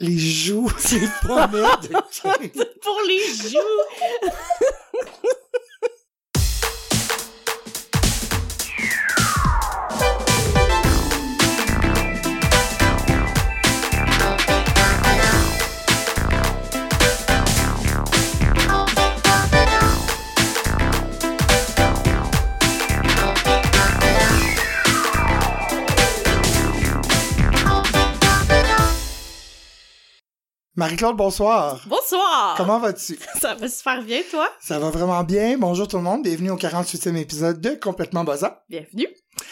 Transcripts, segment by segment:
Les joues, c'est pommettes de Jane. Pour les joues! Marie-Claude, bonsoir. Bonsoir! Comment vas-tu? Ça va super bien, toi? Ça va vraiment bien. Bonjour tout le monde. Bienvenue au 48e épisode de Complètement Buzzant. Bienvenue.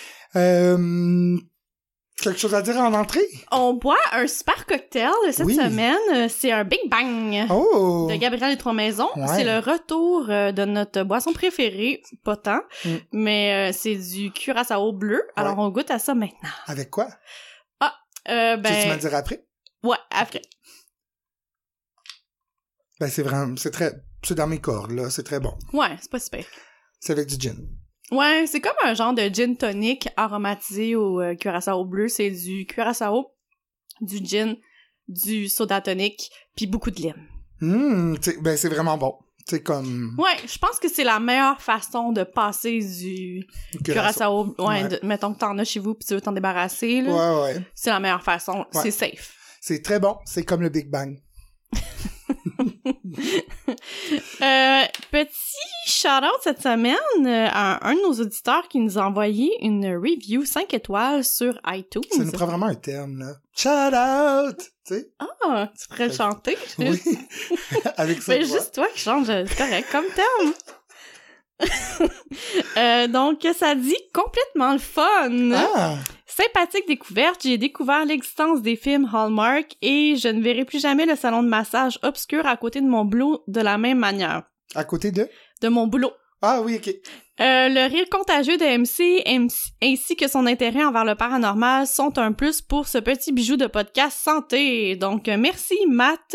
Quelque chose à dire en entrée? On boit un super cocktail cette semaine. C'est un Big Bang de Gabriel des Trois-Maisons. Ouais. C'est le retour de notre boisson préférée. Pas tant, mais c'est du curaçao bleu. Alors, on goûte à ça maintenant. Avec quoi? Tu Ben... me le dire après? Ouais, après. Ben, c'est vraiment... C'est dans mes cordes, là. C'est très bon. Ouais, c'est pas super. C'est avec du gin. Ouais, c'est comme un genre de gin tonic aromatisé au curaçao bleu. C'est du curaçao, du gin, du soda tonic, puis beaucoup de lime. Ben, c'est vraiment bon. C'est comme... Ouais, je pense que c'est la meilleure façon de passer du curaçao. Ouais. Mettons que t'en as chez vous pis tu veux t'en débarrasser, là. Ouais. C'est la meilleure façon. Ouais. C'est safe. C'est très bon. C'est comme le Big Bang. Petit shout-out cette semaine à un de nos auditeurs qui nous a envoyé une review 5 étoiles sur iTunes. Ça nous prend vraiment un terme, là. Shout-out! Tu sais? Ah, tu pourrais le chanter? Oui. Avec ça. C'est juste toi qui change, c'est correct comme terme. Donc, ça dit complètement le fun. Ah! Sympathique découverte, j'ai découvert l'existence des films Hallmark et je ne verrai plus jamais le salon de massage obscur à côté de mon boulot de la même manière. À côté de? De mon boulot. Ah oui, OK. Le rire contagieux de MC ainsi que son intérêt envers le paranormal sont un plus pour ce petit bijou de podcast santé. Donc, merci Matt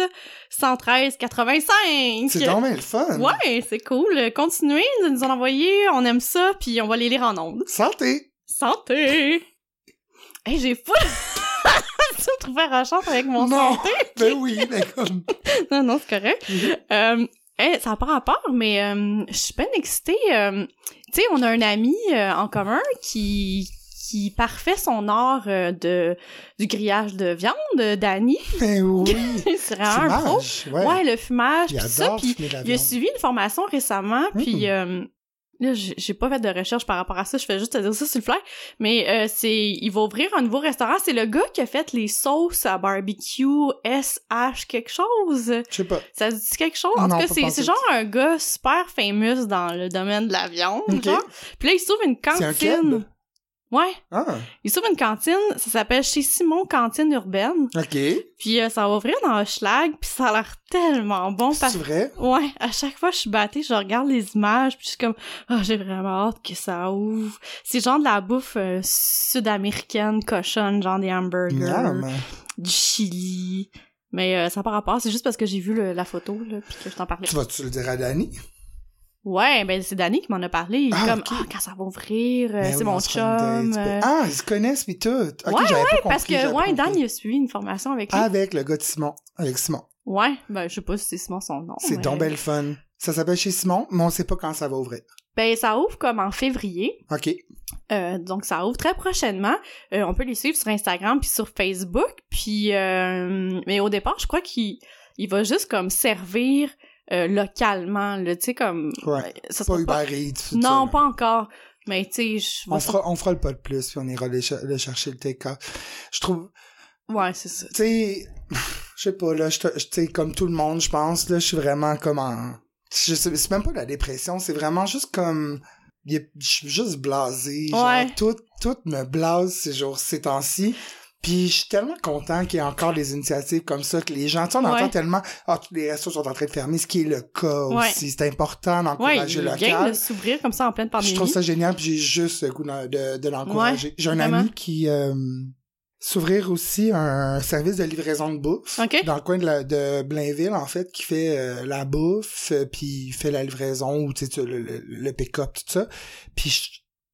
11385. C'est donc bien le fun. Ouais, c'est cool. Continuez de nous en envoyer, on aime ça, puis on va les lire en ondes. Santé! Santé! Hey, j'ai fou! Tu me trouvais rachante avec mon santé? Ben oui, mais comme... Non, c'est correct. Hey, ça n'a pas rapport, mais je suis bien excitée. Tu sais, on a un ami en commun qui parfait son art du grillage de viande, Danny. Ben oui! C'est vraiment un pro. Ouais, le fumage, puis ça. Puis il a suivi une formation récemment, puis... Là, j'ai pas fait de recherche par rapport à ça, je fais juste te dire ça sur le fly, mais il va ouvrir un nouveau restaurant, c'est le gars qui a fait les sauces à barbecue SH quelque chose. Je sais pas. Ça dit quelque chose? En tout cas, c'est genre un gars super famous dans le domaine de la viande, genre. Puis là, il s'ouvre une cantine. C'est un keb? Ouais. Ah. Il s'ouvre une cantine, ça s'appelle Chez Simon Cantine Urbaine. OK. Puis ça va ouvrir dans Hochelag, puis ça a l'air tellement bon. C'est vrai? Ouais, à chaque fois que je suis battée, je regarde les images, puis je suis comme « Oh, j'ai vraiment hâte que ça ouvre. » C'est genre de la bouffe sud-américaine, cochonne, genre des hamburgers, du chili. Mais ça n'a pas rapport, c'est juste parce que j'ai vu la photo, là, puis que je t'en parlais. Tu vas-tu le dire à Dani? Ouais, ben c'est Danny qui m'en a parlé. Il est comme quand ça va ouvrir, c'est mon chum. Ah, ils se connaissent pis tout. Okay, ouais, j'avais pas compris, parce que Dan il a suivi une formation avec lui. Avec le gars de Simon. Avec Simon. Ouais, ben je sais pas si c'est Simon son nom. C'est donc belle fun. Ça s'appelle Chez Simon, mais on sait pas quand ça va ouvrir. Ben ça ouvre comme en février. OK. Donc ça ouvre très prochainement. On peut les suivre sur Instagram puis sur Facebook. Puis mais au départ, je crois qu'il va juste comme servir localement, là, tu sais, comme... Ouais, ça pas Uber Eats. Non, pas encore. Mais, tu sais... On fera le pas de plus, puis on ira le chercher le take-out. Je trouve... Ouais, c'est ça. Tu sais, je sais pas, là, tu sais, comme tout le monde, je pense, là, je suis vraiment comme en... c'est même pas de la dépression, c'est vraiment juste comme... Je suis juste blasé. Ouais. Genre, tout me blase ces temps-ci. Puis je suis tellement content qu'il y ait encore des initiatives comme ça, que les gens, tu sais, on entend tellement, tous les restos sont en train de fermer, ce qui est le cas aussi. C'est important d'encourager le local. Ouais, il vient de s'ouvrir comme ça en pleine pandémie. Je trouve ça génial, puis j'ai juste le goût de l'encourager. Ouais, j'ai un ami qui s'ouvrir aussi un service de livraison de bouffe dans le coin de Blainville, en fait, qui fait la bouffe, puis il fait la livraison, ou tu sais, le pick-up, tout ça. Puis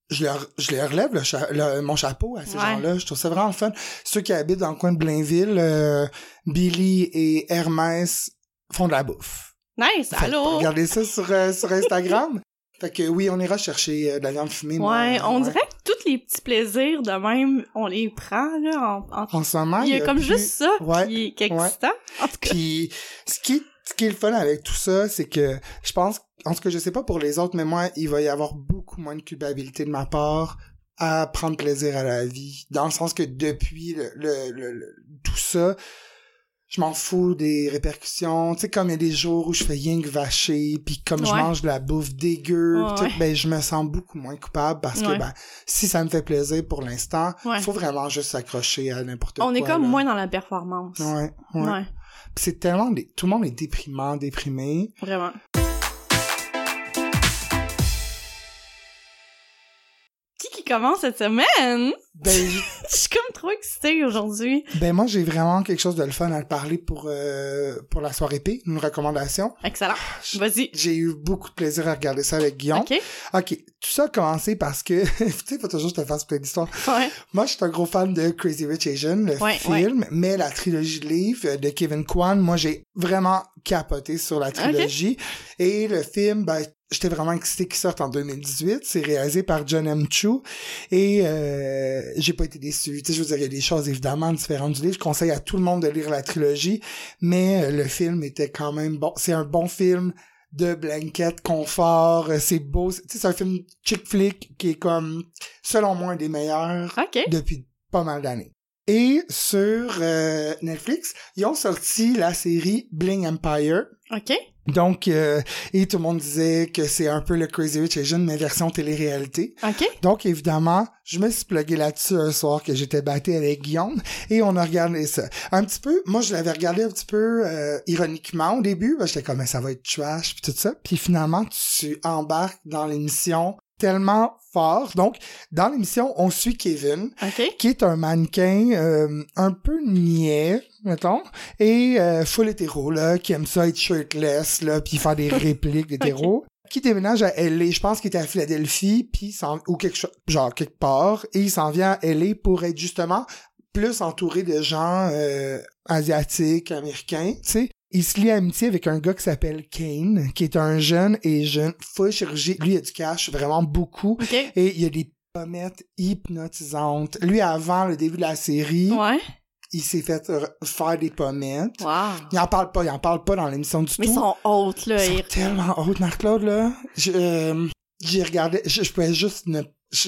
je leur relève mon chapeau à ces gens-là. Je trouve ça vraiment fun. Ceux qui habitent dans le coin de Blainville, Billy et Hermès font de la bouffe. Nice, allô! Regardez ça sur Instagram. Fait que oui, on ira chercher de la viande fumée. On dirait que tous les petits plaisirs de même, on les prend, là, en ce moment. Il y a comme juste ça qui est excitant, en tout cas. Puis, ce qui est le fun avec tout ça, c'est que je pense, en tout cas, je sais pas pour les autres, mais moi, il va y avoir beaucoup moins de culpabilité de ma part à prendre plaisir à la vie. Dans le sens que depuis tout ça, je m'en fous des répercussions. Tu sais, comme il y a des jours où je fais rien que vacher, puis comme je mange de la bouffe dégueu, ben je me sens beaucoup moins coupable parce que si ça me fait plaisir pour l'instant, faut vraiment juste s'accrocher à n'importe quoi. On est comme moins dans la performance. Ouais. Pis c'est tellement... Tout le monde est déprimé. Vraiment. Qui commence cette semaine? Ben, je suis comme trop excitée aujourd'hui. Ben moi, j'ai vraiment quelque chose de le fun à te parler pour la soirée épée, une recommandation. Excellent. Vas-y. J'ai eu beaucoup de plaisir à regarder ça avec Guillaume. OK. Tout ça a commencé parce que, tu sais, faut toujours que je te fasse plein d'histoires. Moi, je suis un gros fan de Crazy Rich Asian, le film, mais la trilogie de livres de Kevin Kwan, moi, j'ai vraiment capoté sur la trilogie. Et le film, ben, j'étais vraiment excité qu'il sorte en 2018. C'est réalisé par John M. Chu. Et j'ai pas été déçu. Tu sais, je veux dire, il y a des choses évidemment différentes du livre. Je conseille à tout le monde de lire la trilogie. Mais le film était quand même bon. C'est un bon film de blanket, confort. C'est beau. Tu sais, c'est un film chick flick qui est comme, selon moi, un des meilleurs depuis pas mal d'années. Et sur Netflix, ils ont sorti la série Bling Empire. Donc, et tout le monde disait que c'est un peu le Crazy Rich Asian, mais version télé-réalité. Donc, évidemment, je me suis plugué là-dessus un soir que j'étais batté avec Guillaume et on a regardé ça. Un petit peu, moi, je l'avais regardé un petit peu ironiquement au début. J'étais comme, ça va être trash puis tout ça. Puis finalement, tu embarques dans l'émission tellement fort. Donc, dans l'émission, on suit Kevin, qui est un mannequin un peu niais, mettons, et full hétéro, là, qui aime ça être shirtless, là, puis faire des répliques d'hétéro, qui déménage à LA. Je pense qu'il était à Philadelphie, puis ou quelque part, et il s'en vient à LA pour être justement plus entouré de gens asiatiques, américains, tu sais. Il se lie à amitié avec un gars qui s'appelle Kane, qui est un jeune full chirurgie. Lui, il a du cash, vraiment beaucoup. Et il y a des pommettes hypnotisantes. Lui, avant le début de la série, il s'est fait faire des pommettes. Il en parle pas dans l'émission du tout. Mais ils sont hautes, là. Ils sont tellement hautes, Marc-Claude, là. J'ai regardé, je pouvais juste ne...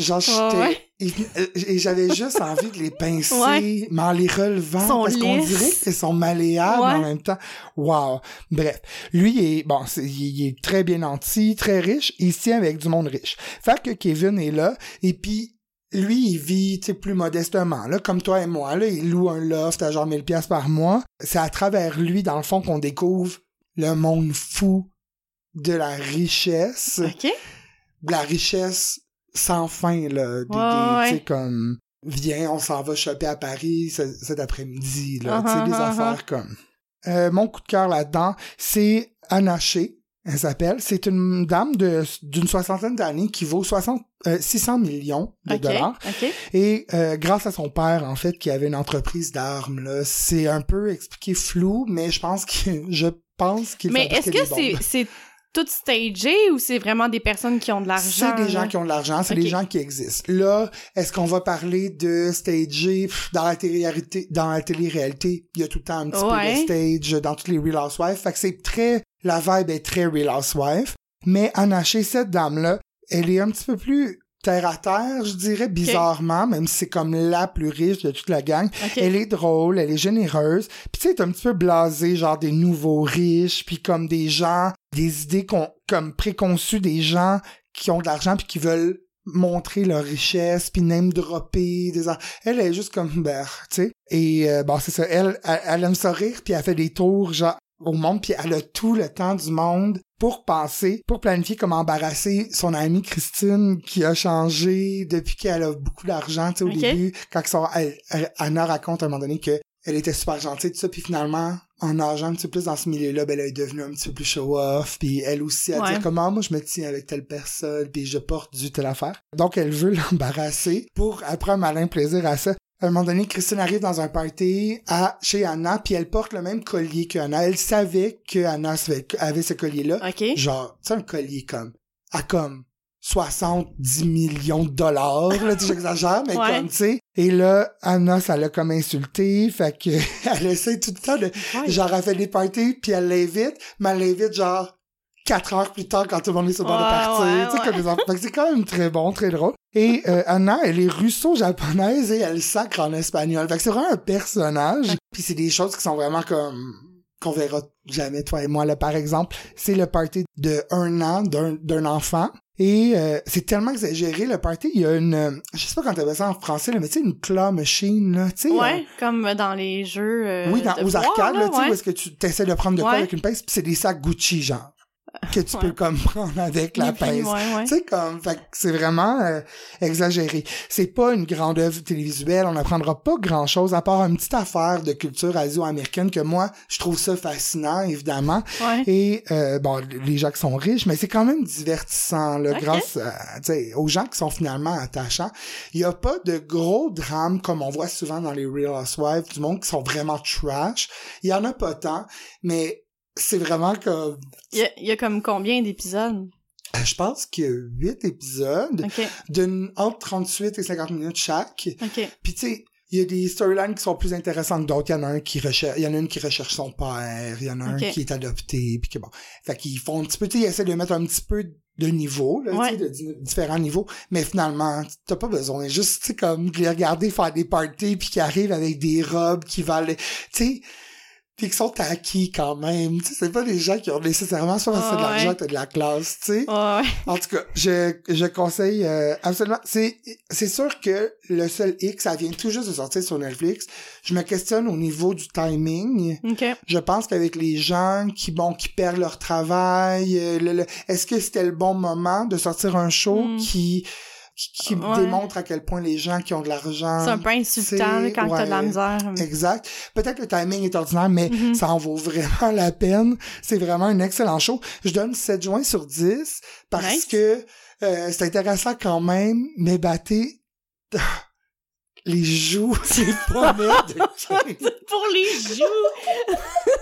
et j'avais juste envie de les pincer, mais en les relevant, parce qu'on dirait qu'ils sont malléables en même temps. Wow. Bref. Lui, il est très bien nanti, très riche, il se tient avec du monde riche. Fait que Kevin est là, et puis lui, il vit, tu sais, plus modestement, là, comme toi et moi, là, il loue un loft à genre 1000$ par mois. C'est à travers lui, dans le fond, qu'on découvre le monde fou de la richesse. De la richesse sans fin, là. Tu sais, comme, viens, on s'en va choper à Paris cet après-midi, là. Tu sais, des affaires comme... mon coup de cœur là-dedans, c'est Anaché, elle s'appelle. C'est une dame d'une soixantaine d'années qui vaut 600 millions de dollars. Et grâce à son père, en fait, qui avait une entreprise d'armes, là, c'est un peu expliqué flou, mais je pense qu'il Mais est-ce que c'est tout stagé ou c'est vraiment des personnes qui ont de l'argent? C'est des gens qui ont de l'argent, c'est des gens qui existent. Là, est-ce qu'on va parler de stagé dans la télé-réalité? Il y a tout le temps un petit peu de stage dans toutes les Real Housewives. Fait que la vibe est très Real Housewives. Mais Anaché, cette dame-là, elle est un petit peu plus terre à terre, je dirais, bizarrement, même si c'est comme la plus riche de toute la gang. Elle est drôle, elle est généreuse. Puis tu sais, t'es un petit peu blasé, genre des nouveaux riches, puis comme des gens, des idées comme préconçues des gens qui ont de l'argent puis qui veulent montrer leur richesse, puis name dropper elle est juste comme tu sais. Et c'est ça, elle aime ça rire, puis elle fait des tours genre au monde, puis elle a tout le temps du monde pour planifier comment embarrasser son amie Christine qui a changé depuis qu'elle a beaucoup d'argent, tu sais, au début, quand Anna raconte à un moment donné que elle était super gentille, tout ça, puis finalement, en nageant un petit peu plus dans ce milieu-là, ben, elle est devenue un petit peu plus show-off, puis elle aussi, elle dit comment moi je me tiens avec telle personne, puis je porte du telle affaire. Donc, elle veut l'embarrasser pour, après un malin plaisir à ça. À un moment donné, Christine arrive dans un party chez Anna, puis elle porte le même collier qu'Anna. Elle savait que Anna avait ce collier-là. Okay. Genre, tu sais, un collier comme 70 millions de dollars, là, tu sais, j'exagère, mais comme, tu sais. Et là, Anna, ça l'a comme insulté, fait que elle essaie tout le temps de, genre, elle fait des parties, puis elle l'invite, mais elle l'invite, genre, 4 heures plus tard, quand tout le monde est sur le bord de partir, tu sais, comme les enfants. Fait que c'est quand même très bon, très drôle. Et Anna, elle est russo-japonaise et elle sacre en espagnol. Fait que c'est vraiment un personnage. Puis c'est des choses qui sont vraiment comme qu'on verra jamais, toi et moi, là, par exemple. C'est le party de 1 an d'un enfant. Et c'est tellement exagéré, le party. Il y a une... je sais pas quand t'appelles ça en français, là, mais tu sais, une claw machine, là, tu sais. Ouais, comme dans les jeux oui, aux arcades, là, tu sais, où est-ce que tu t'essaies de prendre de quoi avec une pince, puis c'est des sacs Gucci, genre. Que tu peux comme prendre avec la pince. Tu sais, comme, fait que c'est vraiment exagéré. C'est pas une grande œuvre télévisuelle, on n'apprendra pas grand chose à part une petite affaire de culture asio-américaine que moi, je trouve ça fascinant, évidemment. Et, bon, les gens qui sont riches, mais c'est quand même divertissant, là, grâce aux gens qui sont finalement attachants. Il y a pas de gros drames comme on voit souvent dans les Real Housewives du monde qui sont vraiment trash. Il y en a pas tant, mais c'est vraiment comme... Il y a comme combien d'épisodes? Je pense qu'il y a 8 épisodes, entre 38 et 50 minutes chaque. Puis tu sais, il y a des storylines qui sont plus intéressantes que d'autres. Il y en a une qui recherche son père, il y en a un qui est adopté, puis que bon. Fait qu'ils font un petit peu, tu sais, ils essaient de mettre un petit peu de niveau, là, tu sais, de différents niveaux. Mais finalement, t'as pas besoin. Juste, tu sais, comme, de les regarder faire des parties puis qui arrivent avec des robes qui valent, tu sais, pis qui sont acquis quand même. Tu sais, c'est pas des gens qui ont nécessairement soit c'est de l'argent, t'as de la classe, tu sais. En tout cas, je conseille absolument. C'est sûr que le seul X, ça vient tout juste de sortir sur Netflix. Je me questionne au niveau du timing. Je pense qu'avec les gens qui perdent leur travail, est-ce que c'était le bon moment de sortir un show qui démontre à quel point les gens qui ont de l'argent... C'est un peu insultant là, quand t'as de la misère. Exact. Peut-être que le timing est ordinaire, mais ça en vaut vraiment la peine. C'est vraiment un excellent show. Je donne 7 joints sur 10 parce que c'est intéressant quand même, mais batté... les joues, c'est pas merde. Pour les joues!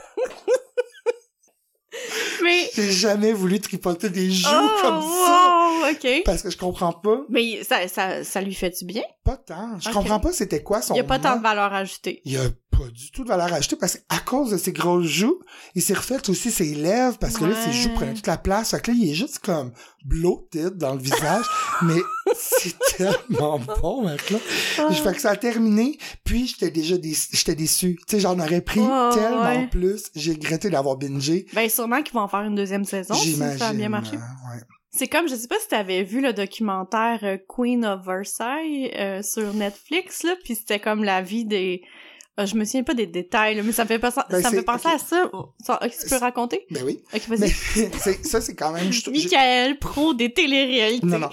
Mais... J'ai jamais voulu tripoter des joues comme ça. OK. Parce que je comprends pas. Mais ça lui fait du bien? Pas tant. Je comprends pas c'était quoi son... Il y a pas tant de valeur ajoutée. Il y a pas du tout de valeur ajoutée parce qu'à cause de ses grosses joues, il s'est refait aussi ses lèvres parce que là, ses joues prenaient toute la place. Fait que là, il est juste comme bloated dans le visage. Mais c'est tellement bon, mec, là. Fait que ça a terminé. Puis, j'étais déçu. Tu sais, j'en aurais pris tellement plus. J'ai regretté d'avoir bingé. Ben, sûrement qu'ils vont en faire une deuxième saison. J'imagine. Si ça a bien marché. C'est comme, je sais pas si t'avais vu le documentaire Queen of Versailles sur Netflix, là, pis c'était comme la vie des... je me souviens pas des détails, là, mais ça me fait penser, à ça. Tu peux raconter? Ben oui. Ok, vas-y. Ça, c'est quand même... Michael, pro des téléréalités. Non.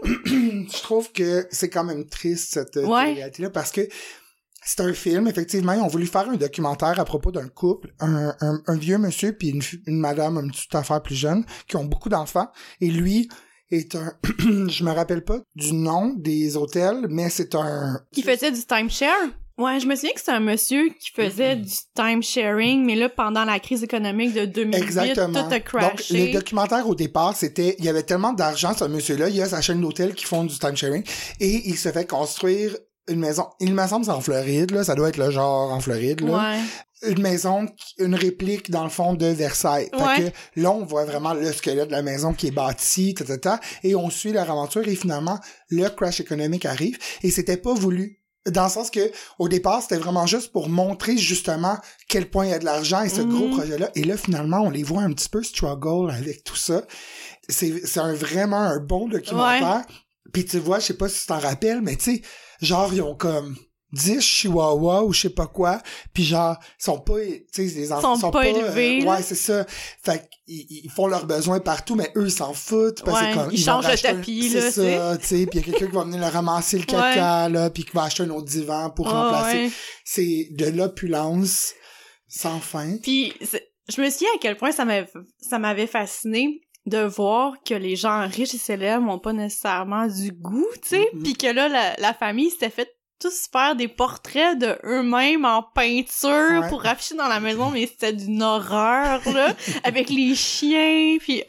Je trouve que c'est quand même triste, cette télé-réalité-là, parce que c'est un film, effectivement, ils ont voulu faire un documentaire à propos d'un couple, un vieux monsieur puis une madame, une petite affaire plus jeune, qui ont beaucoup d'enfants, et lui est un... je me rappelle pas du nom des hôtels, mais c'est un... Qui faisait du timeshare? Ouais, je me souviens que c'est un monsieur qui faisait du time-sharing, mais là, pendant la crise économique de 2008, exactement. Tout a crashé. Donc, le documentaire, au départ, il y avait tellement d'argent, ce monsieur-là, il a sa chaîne d'hôtels qui font du time-sharing, et il se fait construire une maison. Il me semble que c'est en Floride, là, ça doit être le genre en Floride, là. Une maison, une réplique, dans le fond, de Versailles. Fait que là, on voit vraiment le squelette de la maison qui est bâti, et on suit leur aventure, et finalement, le crash économique arrive, et c'était pas voulu. Dans le sens que, au départ, c'était vraiment juste pour montrer, justement, quel point il y a de l'argent et ce gros projet-là. Et là, finalement, on les voit un petit peu struggle avec tout ça. C'est vraiment un bon documentaire. Puis tu vois, je sais pas si tu t'en rappelles, mais tu sais, genre, ils ont comme 10 chihuahuas ou je sais pas quoi, puis genre, sont pas, tu sais, les enfants sont pas élevés. C'est ça. Fait qu'ils font leurs besoins partout, mais eux, ils s'en foutent. Parce que comme, ils changent le tapis, là, c'est ça, tu sais, puis il y a quelqu'un qui va venir leur ramasser le caca, là, puis qui va acheter un autre divan pour remplacer. C'est de l'opulence. Sans fin. Puis je me souviens à quel point ça m'avait fasciné de voir que les gens riches et célèbres n'ont pas nécessairement du goût, tu sais, puis que là, la famille s'était fait tous faire des portraits de eux-mêmes en peinture pour afficher dans la maison, mais c'était d'une horreur, là, avec les chiens, puis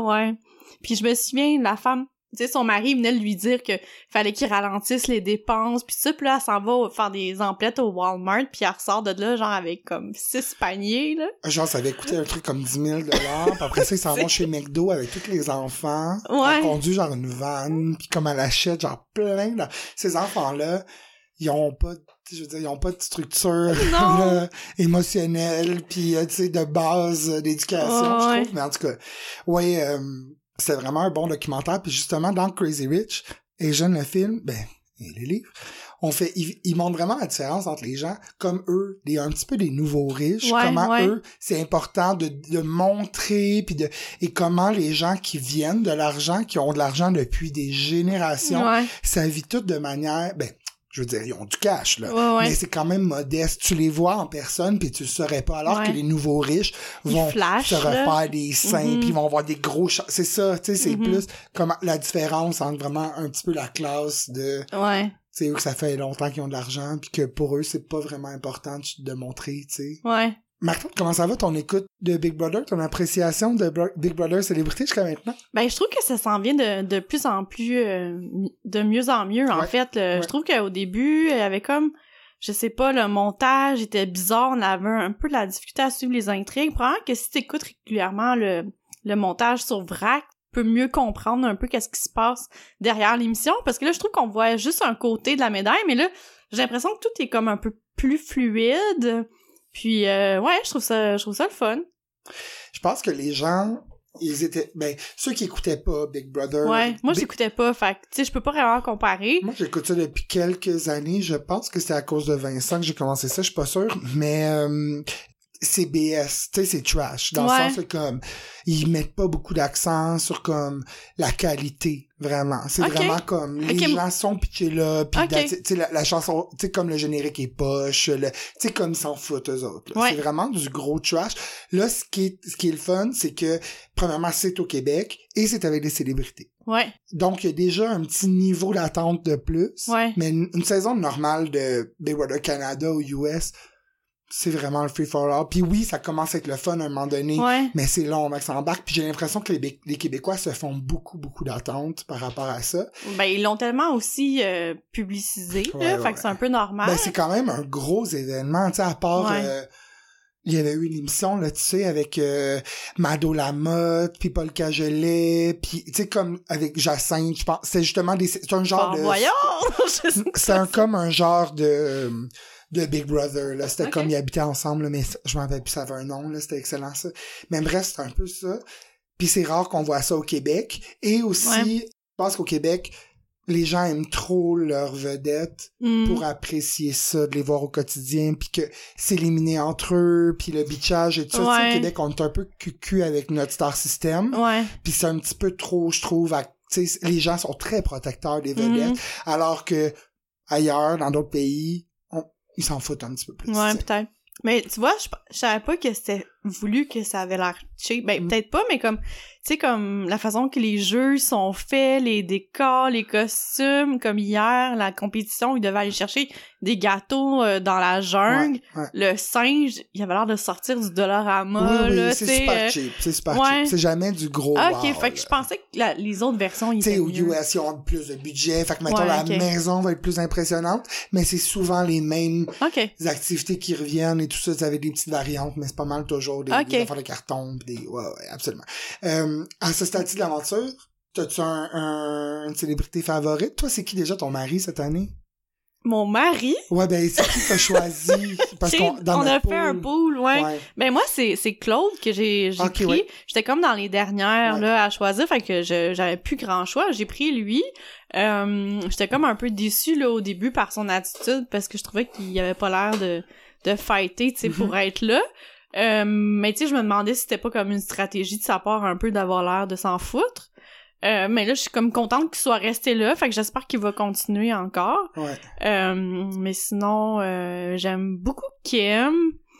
Puis je me souviens, la femme, tu sais, son mari venait de lui dire que fallait qu'il ralentisse les dépenses, puis ça, puis là, elle s'en va faire des emplettes au Walmart, puis elle ressort de là, genre, avec comme 6 paniers, là. Genre, ça avait coûté un truc comme 10 000 $, puis après ça, ils s'en vont chez McDo avec tous les enfants. Elle conduit, genre, une vanne, puis comme elle achète, genre, plein de... Ces enfants-là, ils ont pas de structure là, émotionnelle, puis, tu sais, de base d'éducation, je trouve. Mais en tout cas, c'est vraiment un bon documentaire. Puis justement, dans Crazy Rich, et Jeune le film, et les livres, ils montrent vraiment la différence entre les gens comme eux, un petit peu des nouveaux riches, eux, c'est important de montrer, et comment les gens qui viennent de l'argent, qui ont de l'argent depuis des générations, ça vit tout de manière, je veux dire, ils ont du cash, là. Mais c'est quand même modeste. Tu les vois en personne, puis tu le saurais pas. Alors que les nouveaux riches vont se refaire des seins, puis ils vont avoir des gros... C'est ça, tu sais, c'est plus comme la différence entre vraiment un petit peu la classe de... C'est eux que ça fait longtemps qu'ils ont de l'argent, puis que pour eux, c'est pas vraiment important de montrer, tu sais. Marc-Claude, comment ça va ton écoute de Big Brother, ton appréciation de Big Brother Célébrité jusqu'à maintenant? Je trouve que ça s'en vient de plus en plus, de mieux en mieux, en fait. Je trouve qu'au début, il y avait comme, je sais pas, le montage était bizarre, on avait un peu de la difficulté à suivre les intrigues. Probablement que si t'écoutes régulièrement le montage sur VRAC, tu peux mieux comprendre un peu qu'est-ce qui se passe derrière l'émission, parce que là, je trouve qu'on voit juste un côté de la médaille, mais là, j'ai l'impression que tout est comme un peu plus fluide. Puis je trouve ça le fun. Je pense que les gens, ils étaient ceux qui écoutaient pas Big Brother. Moi j'écoutais pas, fait que tu sais, je peux pas vraiment comparer. Moi j'écoute ça depuis quelques années, je pense que c'est à cause de Vincent que j'ai commencé ça, je suis pas sûre, mais c'est BS, tu sais, c'est trash, dans le sens que comme ils mettent pas beaucoup d'accent sur comme la qualité, vraiment. C'est vraiment comme les gens sont pitchés là, pis tu sais la chanson, tu sais comme le générique est poche, tu sais comme ils s'en foutent eux autres. C'est vraiment du gros trash. Là ce qui est le fun, c'est que premièrement c'est au Québec et c'est avec des célébrités. Donc, il y a déjà un petit niveau d'attente de plus. Mais une saison normale de Big Brother Canada ou US, c'est vraiment le free-for-all. Puis oui, ça commence à être le fun à un moment donné, mais c'est long, mec, ça embarque. Puis j'ai l'impression que les Québécois se font beaucoup, beaucoup d'attentes par rapport à ça. Ils l'ont tellement aussi publicisé, fait que c'est un peu normal. C'est quand même un gros événement, tu sais, à part... il y avait eu une émission, là, tu sais, avec Mado Lamotte, puis Paul Cagelet, puis tu sais, comme avec Jacinthe, je pense, c'est justement c'est un genre de... Voyons! C'est comme un genre de Big Brother, là. C'était comme ils habitaient ensemble, là, mais je m'en rappelle plus, ça avait un nom, là. C'était excellent, ça. Mais bref, c'est un peu ça. Puis c'est rare qu'on voit ça au Québec. Et aussi, je pense qu'au Québec, les gens aiment trop leurs vedettes pour apprécier ça, de les voir au quotidien, puis que s'éliminer entre eux, puis le bitchage et tout ça. Tu sais, au Québec, on est un peu cucu avec notre star system. Puis c'est un petit peu trop, je trouve, tu sais, les gens sont très protecteurs des vedettes, alors que ailleurs, dans d'autres pays, ils s'en foutent un petit peu plus. Peut-être. Mais tu vois, je savais pas que c'était voulu, que ça avait l'air cheap. Peut-être pas, mais comme, tu sais, comme la façon que les jeux sont faits, les décors, les costumes, comme hier, la compétition, ils devaient aller chercher des gâteaux dans la jungle. Le singe, il avait l'air de sortir du Dollarama, là, c'est super cheap. C'est super cheap. C'est jamais du gros fait que je pensais que les autres versions, ils étaient mieux. Tu sais, aux US, ils ont plus de budget. Fait que, mettons, la maison va être plus impressionnante, mais c'est souvent les mêmes activités qui reviennent et tout ça. Ça avait des petites variantes, mais c'est pas mal toujours des affaires de carton pis des... Ouais, absolument. À ce stade-ci de l'aventure, t'as-tu une célébrité favorite? Toi, c'est qui déjà ton mari cette année? Mon mari? Ouais, c'est qui t'as choisi? Parce qu'on a fait un pool, moi, c'est Claude que j'ai pris. J'étais comme dans les dernières, là, à choisir, fait que j'avais plus grand choix. J'ai pris lui. J'étais comme un peu déçue, là, au début par son attitude, parce que je trouvais qu'il avait pas l'air de fighter, tu sais, pour être là. Mais tu sais, je me demandais si c'était pas comme une stratégie de sa part un peu d'avoir l'air de s'en foutre. Mais là, je suis comme contente qu'il soit resté là, fait que j'espère qu'il va continuer encore. Mais sinon, j'aime beaucoup Kim.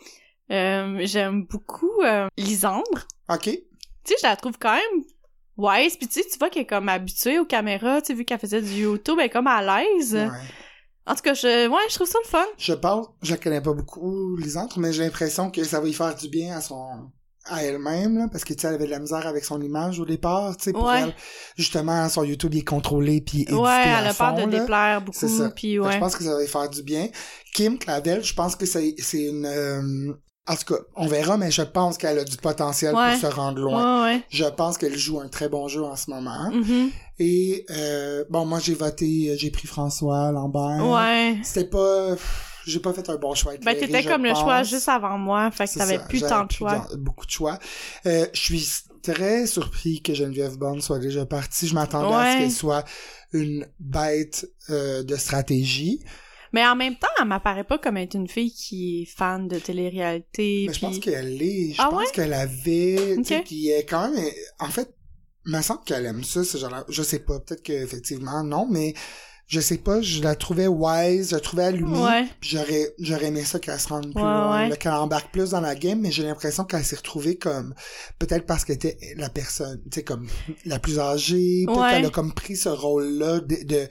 J'aime beaucoup Lisandre. OK. Tu sais, je la trouve quand même wise, pis tu vois qu'elle est comme habituée aux caméras, tu sais, vu qu'elle faisait du YouTube, elle est comme à l'aise. Ouais. En tout cas, je trouve ça le fun. Je la connais pas beaucoup, Lisandre, mais j'ai l'impression que ça va y faire du bien à elle-même, là, parce que, tu sais, elle avait de la misère avec son image au départ, tu sais, pour elle, justement, son YouTube, il est contrôlé, puis édité elle a peur de déplaire beaucoup, puis je pense que ça va y faire du bien. Kim Clavel, je pense que c'est une... en tout cas, on verra, mais je pense qu'elle a du potentiel pour se rendre loin. Je pense qu'elle joue un très bon jeu en ce moment. Et, moi, j'ai pris François Lambert. C'était pas... J'ai pas fait un bon choix. T'étais comme le choix juste avant moi, fait que t'avais plus tant de choix. Beaucoup de choix. Je suis très surpris que Geneviève Bond soit déjà partie. Je m'attendais à ce qu'elle soit une bête de stratégie. Mais en même temps, elle m'apparaît pas comme être une fille qui est fan de télé-réalité. Mais je pense qu'elle l'est. Je pense qu'elle avait... Tu sais, puis elle quand même... En fait, il me semble qu'elle aime ça, ce genre. Je sais pas, peut-être qu'effectivement, non, mais... Je sais pas, je la trouvais wise, je la trouvais allumée, puis j'aurais aimé ça qu'elle se rende plus loin, là, qu'elle embarque plus dans la game, mais j'ai l'impression qu'elle s'est retrouvée comme, peut-être parce qu'elle était la personne, tu sais, comme, la plus âgée, peut-être qu'elle a comme pris ce rôle-là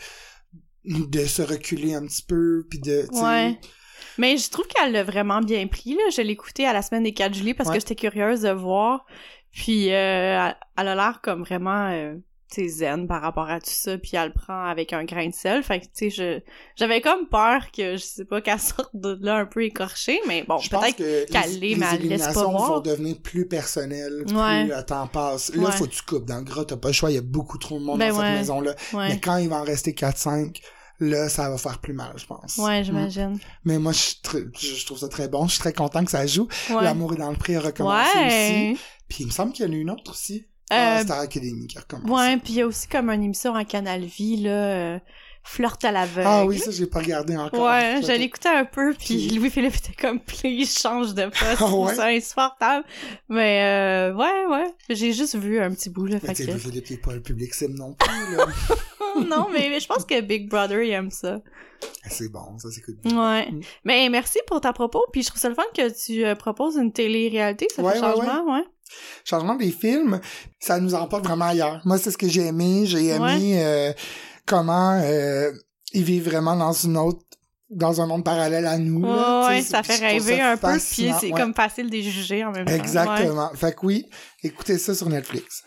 de se reculer un petit peu, puis de, tu sais... Mais je trouve qu'elle l'a vraiment bien pris, là. Je l'ai écouté à la semaine des 4 juillet parce que j'étais curieuse de voir, puis elle a l'air comme vraiment... tu sais, zen par rapport à tout ça, puis elle le prend avec un grain de sel. Fait que, tu sais, j'avais comme peur que, je sais pas, qu'elle sorte de là un peu écorchée, mais bon, peut-être qu'elle l'est, mais elle laisse pas voir. Les éliminations vont devenir plus personnelles, plus le temps passe. Là, faut que tu coupes. Dans le gras, t'as pas le choix, il y a beaucoup trop de monde dans cette maison-là. Mais quand il va en rester 4-5, là, ça va faire plus mal, je pense. Ouais, j'imagine. Mais moi, je trouve ça très bon. Je suis très content que ça joue. L'amour est dans le prix a recommencé aussi. Puis il me semble qu'il y en a une autre aussi. Star Academy qui a recommencé. Ouais, puis il y a aussi comme une émission à Canal Vie, là, Flirt à l'aveugle. Ah oui, ça, j'ai pas regardé encore. Ouais, j'allais écouter un peu, puis Louis-Philippe était comme, please, change de poste, c'est insupportable. Mais, j'ai juste vu un petit bout, là. Mais tu sais, Louis-Philippe, il est pas le public sim non plus, là. Non, mais je pense que Big Brother, il aime ça. C'est bon, ça s'écoute bien. Ouais. Mais merci pour ta propos, puis je trouve ça le fun que tu proposes une télé-réalité, ça fait changement, Changement des films, ça nous emporte vraiment ailleurs. Moi, c'est ce que j'ai aimé. J'ai aimé comment ils vivent vraiment dans un monde parallèle à nous. Là, ça fait rêver un peu, puis c'est comme facile de les juger en même temps. Exactement. Fait que oui, écoutez ça sur Netflix.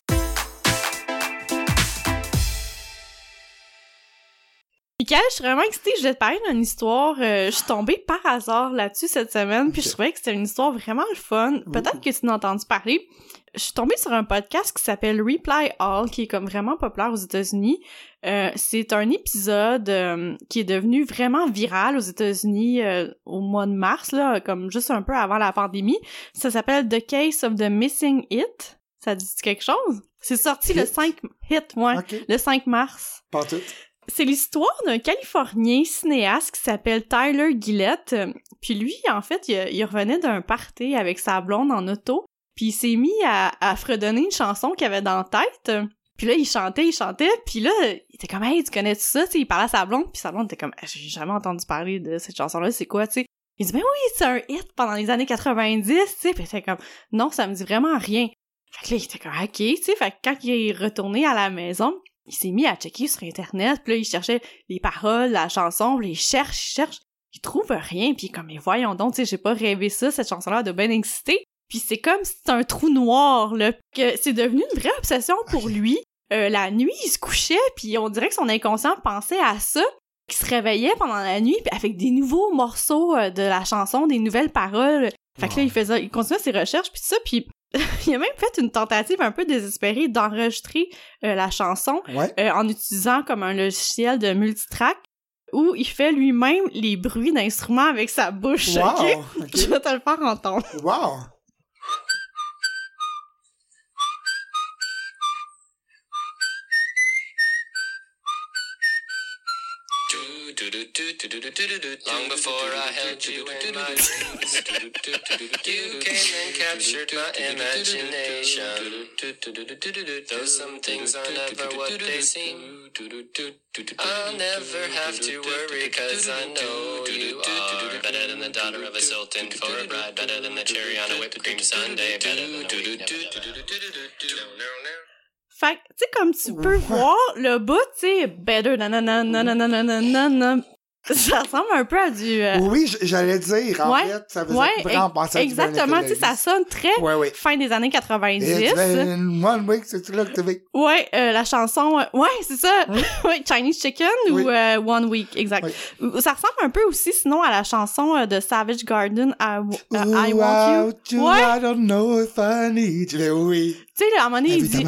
Mickaël, je suis vraiment excitée, je vais te parler d'une histoire, je suis tombée par hasard là-dessus cette semaine, puis je trouvais que c'était une histoire vraiment le fun. Peut-être que tu en as entendu parler. Je suis tombée sur un podcast qui s'appelle Reply All, qui est comme vraiment populaire aux États-Unis. C'est un épisode qui est devenu vraiment viral aux États-Unis au mois de mars, là, comme juste un peu avant la pandémie. Ça s'appelle The Case of the Missing It. Ça dit quelque chose? C'est sorti le 5... le 5 mars. Pas tout. C'est l'histoire d'un Californien cinéaste qui s'appelle Tyler Gillett. Puis lui, en fait, il revenait d'un party avec sa blonde en auto. Puis il s'est mis à fredonner une chanson qu'il avait dans la tête. Puis là, il chantait. Puis là, il était comme « Hey, tu connais tout ça? » Tu sais, il parlait à sa blonde. Puis sa blonde était comme « J'ai jamais entendu parler de cette chanson-là. C'est quoi, tu sais? » Il dit « Ben oui, c'est un hit pendant les années 90. » Tu sais, puis il était comme « Non, ça me dit vraiment rien. » Fait que là, il était comme « OK. » Tu sais, fait que quand il est retourné à la maison... Il s'est mis à checker sur Internet, puis là, il cherchait les paroles, la chanson, puis il cherche, il trouve rien, puis comme, mais voyons donc, tu sais, j'ai pas rêvé ça, cette chanson-là de bien excité. Puis c'est comme si c'était un trou noir, là, que c'est devenu une vraie obsession pour lui. La nuit, il se couchait, puis on dirait que son inconscient pensait à ça, qu'il se réveillait pendant la nuit, puis avec des nouveaux morceaux de la chanson, des nouvelles paroles. Fait que là, il continuait ses recherches, puis ça, puis il a même fait une tentative un peu désespérée d'enregistrer la chanson en utilisant comme un logiciel de multitrack où il fait lui-même les bruits d'instruments avec sa bouche. Okay? Je vais te le faire entendre. Wow! Long before I held you in my dreams, you came and captured my imagination. Though some things are never what they seem, I'll never have to worry, 'cause I know you are better than the daughter of a sultan for a bride, better than the cherry on a whipped cream sundae, better than Fait que, tu sais, comme tu peux voir, le bout, tu sais, better nanana, ça ressemble un peu à du... Oui, j'allais dire, en fait, ça faisait vraiment penser à du exactement, tu sais, ça sonne très fin des années 90. One Week, c'est là que tu veux. Ouais, la chanson... c'est ça, Chinese Chicken ou One Week, exact. Ça ressemble un peu aussi, sinon, à la chanson de Savage Garden, I Want You. I don't know if I need you. Oui. Tu sais, à un moment donné, il dit...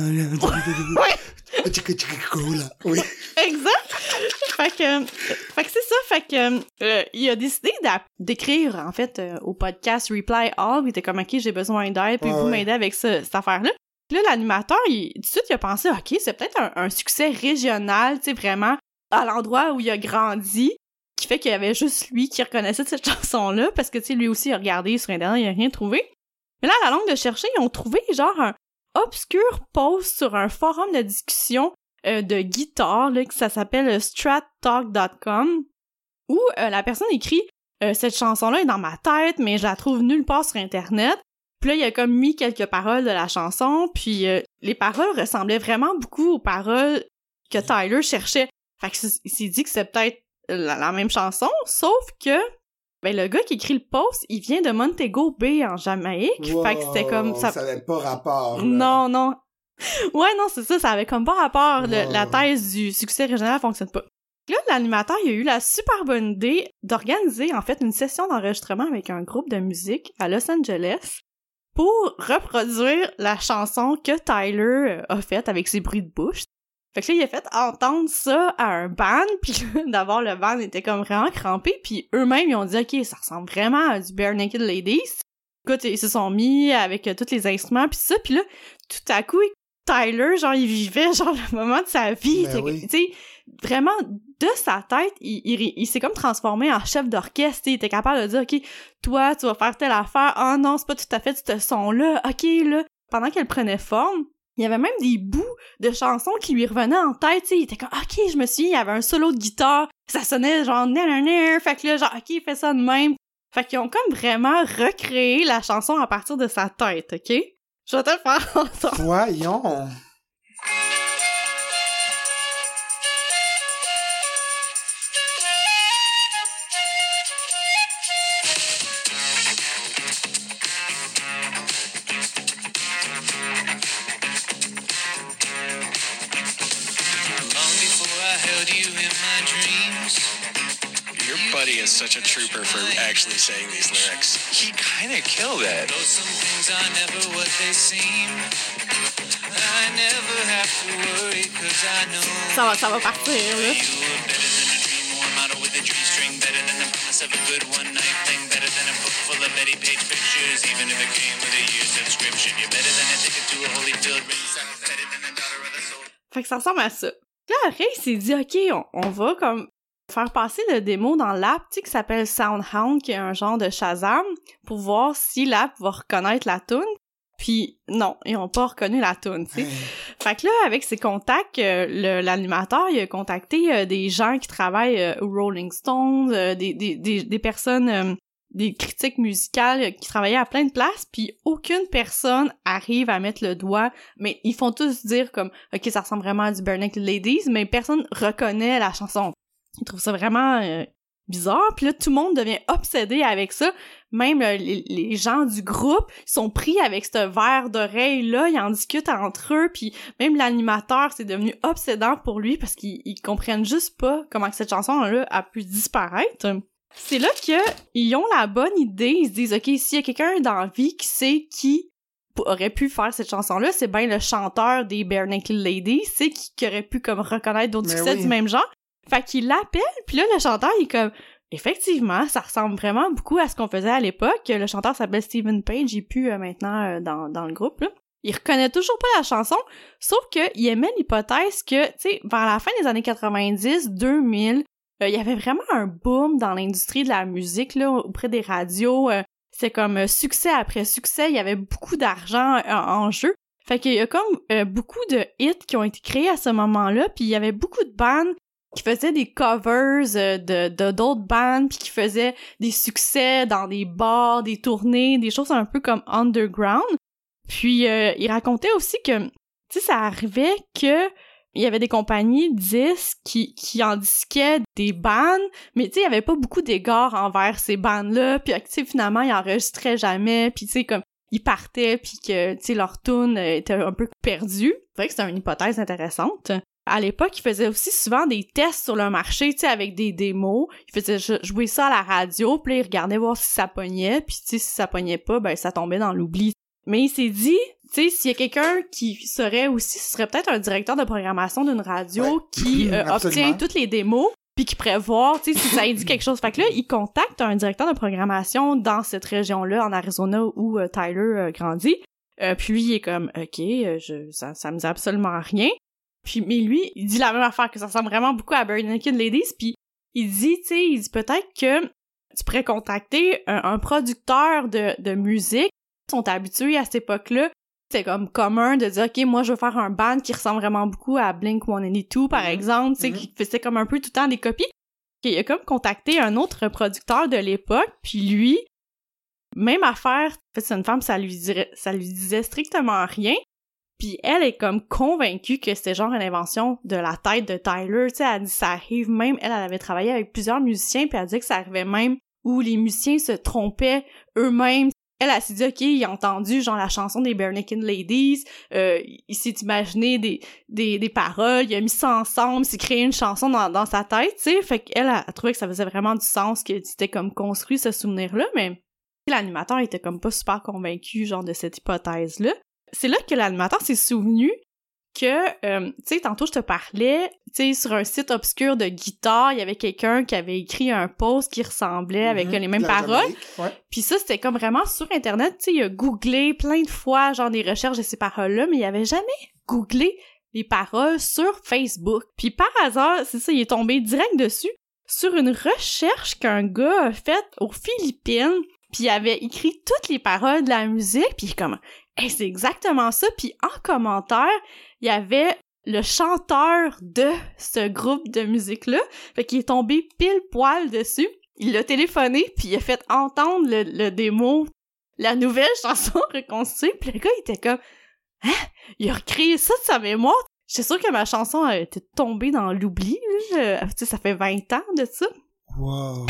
Oui. Exact. Fait que c'est ça. Fait que il a décidé d'écrire en fait au podcast Reply All. Il était comme ok, j'ai besoin d'aide, puis vous m'aidez avec cette affaire-là. Puis là, l'animateur, tout de suite, il a pensé ok, c'est peut-être un succès régional, tu sais, vraiment à l'endroit où il a grandi, qui fait qu'il y avait juste lui qui reconnaissait cette chanson-là, parce que tu sais, lui aussi, il a regardé sur Internet, il a rien trouvé. Mais là, à la longue de chercher, ils ont trouvé genre un obscur post sur un forum de discussion de guitare, là, que ça s'appelle strattalk.com, où la personne écrit cette chanson-là est dans ma tête, mais je la trouve nulle part sur Internet. Puis là, il a comme mis quelques paroles de la chanson, puis les paroles ressemblaient vraiment beaucoup aux paroles que Tyler cherchait. Fait que il s'est dit que c'est peut-être la même chanson, sauf que le gars qui écrit le post, il vient de Montego Bay en Jamaïque. Fait que c'était comme ça avait pas rapport. Là. Non. Ouais, non, c'est ça avait comme pas rapport. La thèse du succès régional fonctionne pas. Là, l'animateur, il a eu la super bonne idée d'organiser, en fait, une session d'enregistrement avec un groupe de musique à Los Angeles pour reproduire la chanson que Tyler a faite avec ses bruits de bouche. Fait que là, il a fait entendre ça à un band, puis d'abord, le band était comme vraiment crampé, puis eux-mêmes, ils ont dit « Ok, ça ressemble vraiment à du Bare Naked Ladies ». Écoute, ils se sont mis avec tous les instruments, puis ça, puis là, tout à coup, Tyler, genre, il vivait, genre, le moment de sa vie. Tu sais, vraiment, de sa tête, il s'est comme transformé en chef d'orchestre. Il était capable de dire, OK, toi, tu vas faire telle affaire. Ah non, c'est pas tout à fait ce son-là. OK, là. Pendant qu'elle prenait forme, il y avait même des bouts de chansons qui lui revenaient en tête. Tu sais, il était comme, OK, je me souviens, il y avait un solo de guitare. Ça sonnait genre, fait que là, genre, OK, il fait ça de même. Fait qu'ils ont comme vraiment recréé la chanson à partir de sa tête, OK? Je vais te le faire entendre. Voyons! Buddy is such a trooper for actually saying these lyrics. He kind of killed it. Though some things are never what they seem, I never have to worry 'cause I know. Ça va partir, là. You are better than a dream, warm out with a G-string, better than the promise of a good one-night thing, better than a book full of Betty Page pictures, even if it came with a year's subscription. You're better than a ticket to a Holyfield ring, better than a daughter of a soul. Fait que ça ressemble à ça. Là, après, il s'est dit, OK, on va comme faire passer le démo dans l'app, tu sais, qui s'appelle SoundHound, qui est un genre de Shazam, pour voir si l'app va reconnaître la toune. Puis non, ils ont pas reconnu la toune, tu sais. Fait que là, avec ses contacts, l'animateur, il a contacté des gens qui travaillent au Rolling Stones, des personnes, des critiques musicales qui travaillaient à plein de places, puis aucune personne arrive à mettre le doigt, mais ils font tous dire comme « Ok, ça ressemble vraiment à du Bare Naked Ladies », mais personne reconnaît la chanson. Ils trouvent ça vraiment bizarre, puis là, tout le monde devient obsédé avec ça. Même les gens du groupe sont pris avec ce verre d'oreille-là, ils en discutent entre eux, puis même l'animateur, c'est devenu obsédant pour lui parce qu'ils comprennent juste pas comment que cette chanson-là a pu disparaître. C'est là qu'ils ont la bonne idée, ils se disent « Ok, s'il y a quelqu'un dans la vie qui sait qui aurait pu faire cette chanson-là, c'est bien le chanteur des Bare Naked Ladies, c'est qui aurait pu comme reconnaître d'autres succès du même genre. » Fait qu'il l'appelle, puis là, le chanteur, il est comme « Effectivement, ça ressemble vraiment beaucoup à ce qu'on faisait à l'époque. » Le chanteur s'appelle Steven Page, il est plus maintenant dans le groupe, là. Il reconnaît toujours pas la chanson, sauf qu'il émet l'hypothèse que, tu sais, vers la fin des années 90, 2000, il y avait vraiment un boom dans l'industrie de la musique, là, auprès des radios. C'est comme succès après succès, il y avait beaucoup d'argent en jeu. Fait qu'il y a comme beaucoup de hits qui ont été créés à ce moment-là, puis il y avait beaucoup de bandes qui faisaient des covers de d'autres bandes, puis qui faisaient des succès dans des bars, des tournées, des choses un peu comme underground. Puis il racontait aussi que, tu sais, ça arrivait que il y avait des compagnies disques qui en disquaient des bandes, mais tu sais, il y avait pas beaucoup d'égards envers ces bandes-là, puis tu sais, finalement, ils enregistraient jamais, puis tu sais, comme, ils partaient, puis que, tu sais, leur tune était un peu perdue. C'est vrai que c'est une hypothèse intéressante. À l'époque, ils faisaient aussi souvent des tests sur le marché, tu sais, avec des démos. Ils faisaient jouer ça à la radio, puis là, ils regardaient voir si ça pognait, puis tu sais, si ça pognait pas, ben ça tombait dans l'oubli. Mais il s'est dit, tu sais, s'il y a quelqu'un qui serait aussi, ce serait peut-être un directeur de programmation d'une radio qui obtient toutes les démos, puis qui pourrait voir, tu sais, si ça indique quelque chose. Fait que là, il contacte un directeur de programmation dans cette région-là, en Arizona, où Tyler grandit. Puis lui, il est comme, OK, ça me dit absolument rien. Puis, mais lui, il dit la même affaire, que ça ressemble vraiment beaucoup à Bare Naked Ladies, puis il dit, tu sais, il dit peut-être que tu pourrais contacter un producteur de musique. Ils sont habitués à cette époque-là. C'est comme commun de dire, OK, moi, je veux faire un band qui ressemble vraiment beaucoup à Blink-182, par exemple, tu sais, qui faisait comme un peu tout le temps des copies. Il a comme contacté un autre producteur de l'époque, puis lui, même affaire, en fait, c'est une femme, ça lui disait strictement rien. Puis elle est comme convaincue que c'était genre une invention de la tête de Tyler, tu sais, elle dit ça arrive même, elle avait travaillé avec plusieurs musiciens, puis elle dit que ça arrivait même où les musiciens se trompaient eux-mêmes. Elle s'est dit, OK, il a entendu genre la chanson des Bare Naked Ladies, il s'est imaginé des paroles, il a mis ça ensemble, il s'est créé une chanson dans sa tête, tu sais, fait qu'elle a trouvé que ça faisait vraiment du sens, que c'était comme construit ce souvenir-là, mais l'animateur était comme pas super convaincu genre de cette hypothèse-là. C'est là que l'animateur s'est souvenu que, tu sais, tantôt je te parlais, tu sais, sur un site obscur de guitare, il y avait quelqu'un qui avait écrit un post qui ressemblait avec les mêmes paroles. Puis ça, c'était comme vraiment sur Internet, tu sais, il a googlé plein de fois, genre des recherches de ces paroles-là, mais il avait jamais googlé les paroles sur Facebook. Puis par hasard, c'est ça, il est tombé direct dessus sur une recherche qu'un gars a faite aux Philippines, puis il avait écrit toutes les paroles de la musique, puis comme... Hey, c'est exactement ça. Puis en commentaire, il y avait le chanteur de ce groupe de musique-là. Fait qu'il est tombé pile poil dessus. Il l'a téléphoné, puis il a fait entendre le démo, la nouvelle chanson reconstruite. Puis le gars, il était comme... Hein? Il a recréé ça de sa mémoire. J'étais sûre que ma chanson a été tombée dans l'oubli. Tu sais, ça fait 20 ans de ça. Wow!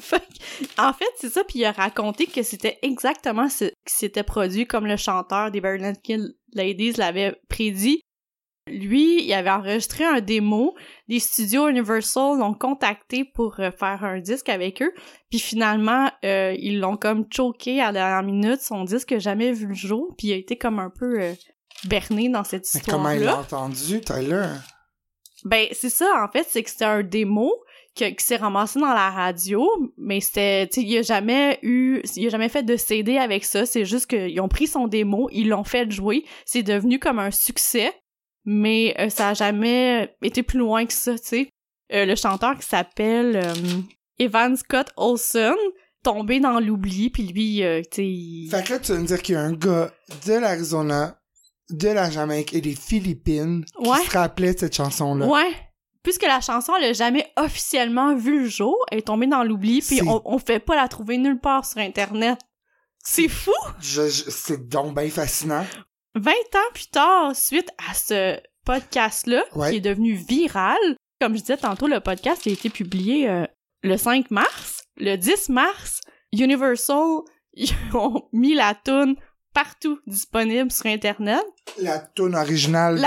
En fait, c'est ça, puis il a raconté que c'était exactement ce qui s'était produit comme le chanteur des Bare Naked Ladies l'avait prédit. Lui, il avait enregistré un démo, les studios Universal l'ont contacté pour faire un disque avec eux, puis finalement, ils l'ont comme choqué à la dernière minute, son disque n'a jamais vu le jour, puis il a été comme un peu berné dans cette histoire-là. Mais comment il l'a entendu, Tyler? Ben, c'est ça, en fait, c'est que c'était un démo qui s'est ramassé dans la radio, mais c'était, tu sais, il a jamais fait de CD avec ça, c'est juste qu'ils ont pris son démo, ils l'ont fait jouer, c'est devenu comme un succès, mais ça a jamais été plus loin que ça, tu sais. Le chanteur qui s'appelle Evan Scott Olson, tombé dans l'oubli, puis lui, tu sais... Fait que là, tu vas me dire qu'il y a un gars de l'Arizona, de la Jamaïque et des Philippines qui se rappelait de cette chanson-là. Ouais. Puisque la chanson, elle a jamais officiellement vu le jour, elle est tombée dans l'oubli, puis on fait pas la trouver nulle part sur Internet. C'est fou! C'est donc bien fascinant. 20 ans plus tard, suite à ce podcast-là, qui est devenu viral, comme je disais tantôt, le podcast a été publié le 5 mars. Le 10 mars, Universal, ils ont mis la toune partout disponible sur Internet. La toune originale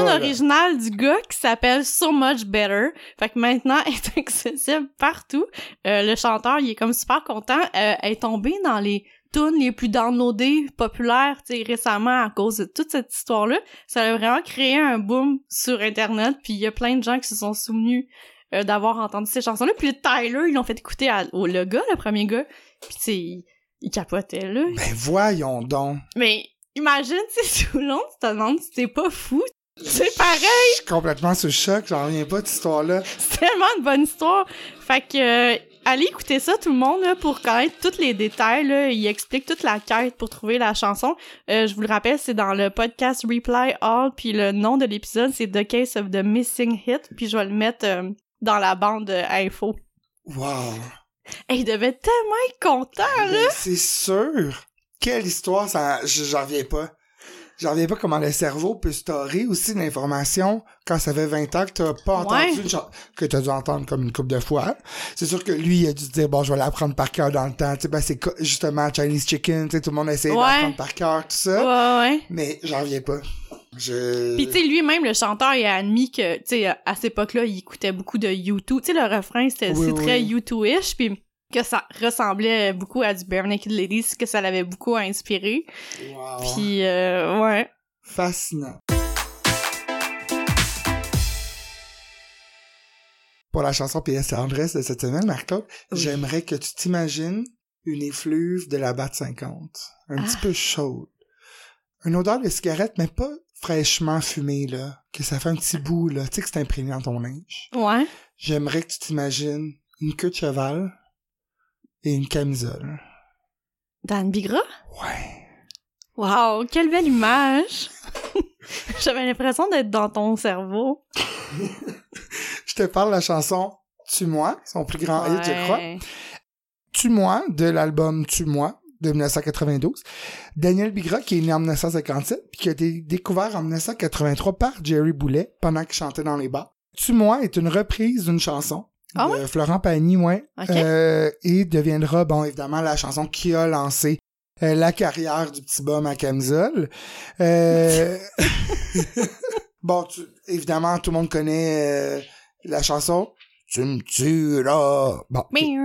du gars qui s'appelle So Much Better. Fait que maintenant, elle est accessible partout. Le chanteur, il est comme super content. Elle est tombée dans les tunes les plus downloadées populaires, tu sais, récemment à cause de toute cette histoire-là. Ça a vraiment créé un boom sur Internet, puis il y a plein de gens qui se sont souvenus d'avoir entendu ces chansons-là. Puis Tyler, ils l'ont fait écouter le premier gars. Puis tu sais, il capotait, là. Ben voyons donc. Mais imagine, tu sais, tout le long, tu te demandes si t'es pas fou. C'est pareil! Je suis complètement sous le choc, j'en reviens pas de cette histoire-là. C'est tellement une bonne histoire. Fait que, allez écouter ça, tout le monde, là, pour connaître tous les détails, là. Il explique toute la quête pour trouver la chanson. Je vous le rappelle, c'est dans le podcast Reply All, puis le nom de l'épisode, c'est The Case of the Missing Hit, puis je vais le mettre dans la bande info. Wow! Hey, il devait tellement être content, là! C'est sûr! Quelle histoire, ça... J'en reviens pas. J'en reviens pas comment le cerveau peut storer aussi de l'information quand ça fait 20 ans que t'as pas entendu que t'as dû entendre comme une couple de fois. C'est sûr que lui, il a dû se dire, bon, je vais l'apprendre par cœur dans le temps. Tu sais, ben, c'est justement Chinese Chicken, tu sais, tout le monde essaie d'apprendre par cœur, tout ça. Ouais. Mais j'en reviens pas. Puis tu sais, lui-même, le chanteur, il a admis que, tu sais, à cette époque-là, il écoutait beaucoup de U2. Tu sais, le refrain, c'est très U2-ish, puis que ça ressemblait beaucoup à du Bare Naked Ladies, que ça l'avait beaucoup inspiré. Wow. Puis, ouais. Fascinant. Pour la chanson P.S. Tendresse de cette semaine, Marc-Claude, j'aimerais que tu t'imagines une effluve de la Bat 50. Un petit peu chaude. Une odeur de cigarette, mais pas fraîchement fumée, là. Que ça fait un petit bout, là. Tu sais que c'est imprégné dans ton linge. Ouais. J'aimerais que tu t'imagines une queue de cheval et une camisole. Dan Bigra? Ouais. Wow, quelle belle image! J'avais l'impression d'être dans ton cerveau. Je te parle de la chanson Tue-moi, son plus grand hit, je crois. Tue-moi, de l'album Tue-moi, de 1992. Daniel Bigra, qui est né en 1957, puis qui a été découvert en 1983 par Jerry Boulet, pendant qu'il chantait dans les bars. Tue-moi est une reprise d'une chanson de Florent Pagny, et deviendra, bon, évidemment, la chanson qui a lancé la carrière du petit bum à camisole. Bon, évidemment, tout le monde connaît la chanson « Tu me tueras ». Bon,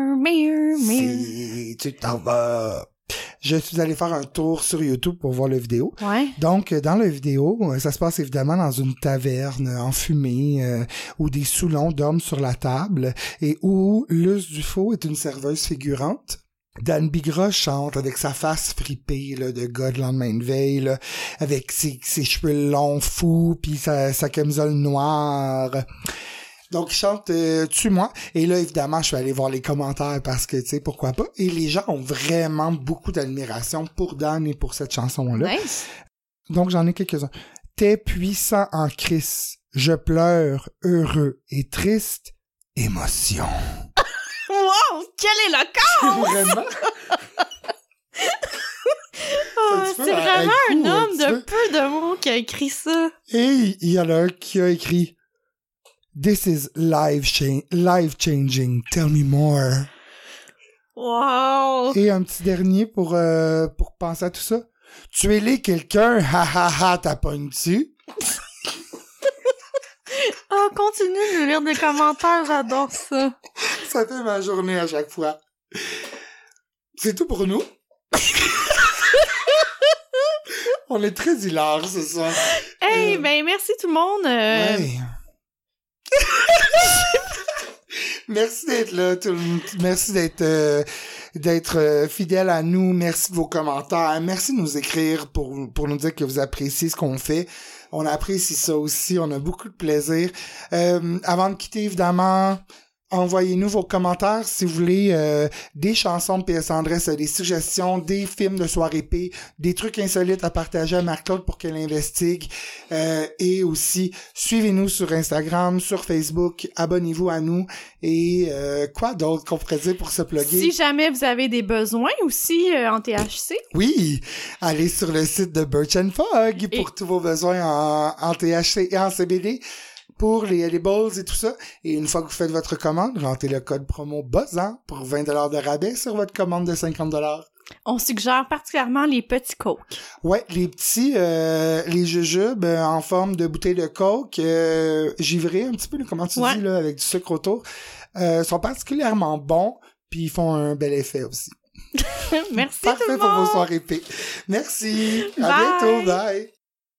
si tu t'en vas. Je suis allé faire un tour sur YouTube pour voir la vidéo. Ouais. Donc, dans la vidéo, ça se passe évidemment dans une taverne enfumée où des Soulons dorment sur la table et où Luce Dufault est une serveuse figurante. Dan Bigra chante avec sa face fripée là, de gars de lendemain de veille, là, avec ses cheveux longs fous puis sa camisole noire. Donc, il chante Tue-moi. Et là, évidemment, je suis allé voir les commentaires parce que, tu sais, pourquoi pas. Et les gens ont vraiment beaucoup d'admiration pour Dan et pour cette chanson-là. Nice. Donc, j'en ai quelques-uns. T'es puissant en Christ. Je pleure, heureux et triste. Émotion. Wow! Quelle éloquence! Vraiment? C'est vraiment un homme de peu de mots qui a écrit ça. Et il y en a un qui a écrit This is life-changing. Tell me more. Wow! Et un petit dernier pour penser à tout ça. Tuez-les quelqu'un, ha ha ha, t'as pogné-tu? Oh, continue de nous lire des commentaires, j'adore ça. Ça fait ma journée à chaque fois. C'est tout pour nous. On est très hilares ce soir. Hey, ben merci tout le monde. Ouais. Merci d'être là, merci d'être fidèle à nous, merci de vos commentaires, merci de nous écrire pour nous dire que vous appréciez ce qu'on fait. On apprécie ça aussi, on a beaucoup de plaisir. Avant de quitter, évidemment, envoyez-nous vos commentaires si vous voulez des chansons de P.S. Tendresse, des suggestions, des films de soirée P, des trucs insolites à partager à Marc-Claude pour qu'elle investigue. Et aussi, suivez-nous sur Instagram, sur Facebook, abonnez-vous à nous. Et quoi d'autre qu'on pourrait dire pour se plugger? Si jamais vous avez des besoins aussi en THC. Oui, allez sur le site de Birch & Fog pour tous vos besoins en THC et en CBD. Pour les edibles et tout ça. Et une fois que vous faites votre commande, rentrez le code promo BUZZAN pour 20$ de rabais sur votre commande de 50$. On suggère particulièrement les petits Coke. Ouais, les petits, les jujubes en forme de bouteille de Coke, givrés un petit peu, comment tu dis, là, avec du sucre autour, sont particulièrement bons, puis ils font un bel effet aussi. Merci Parfait tout le monde. pour vos soirées P. Merci. À bientôt. Bye.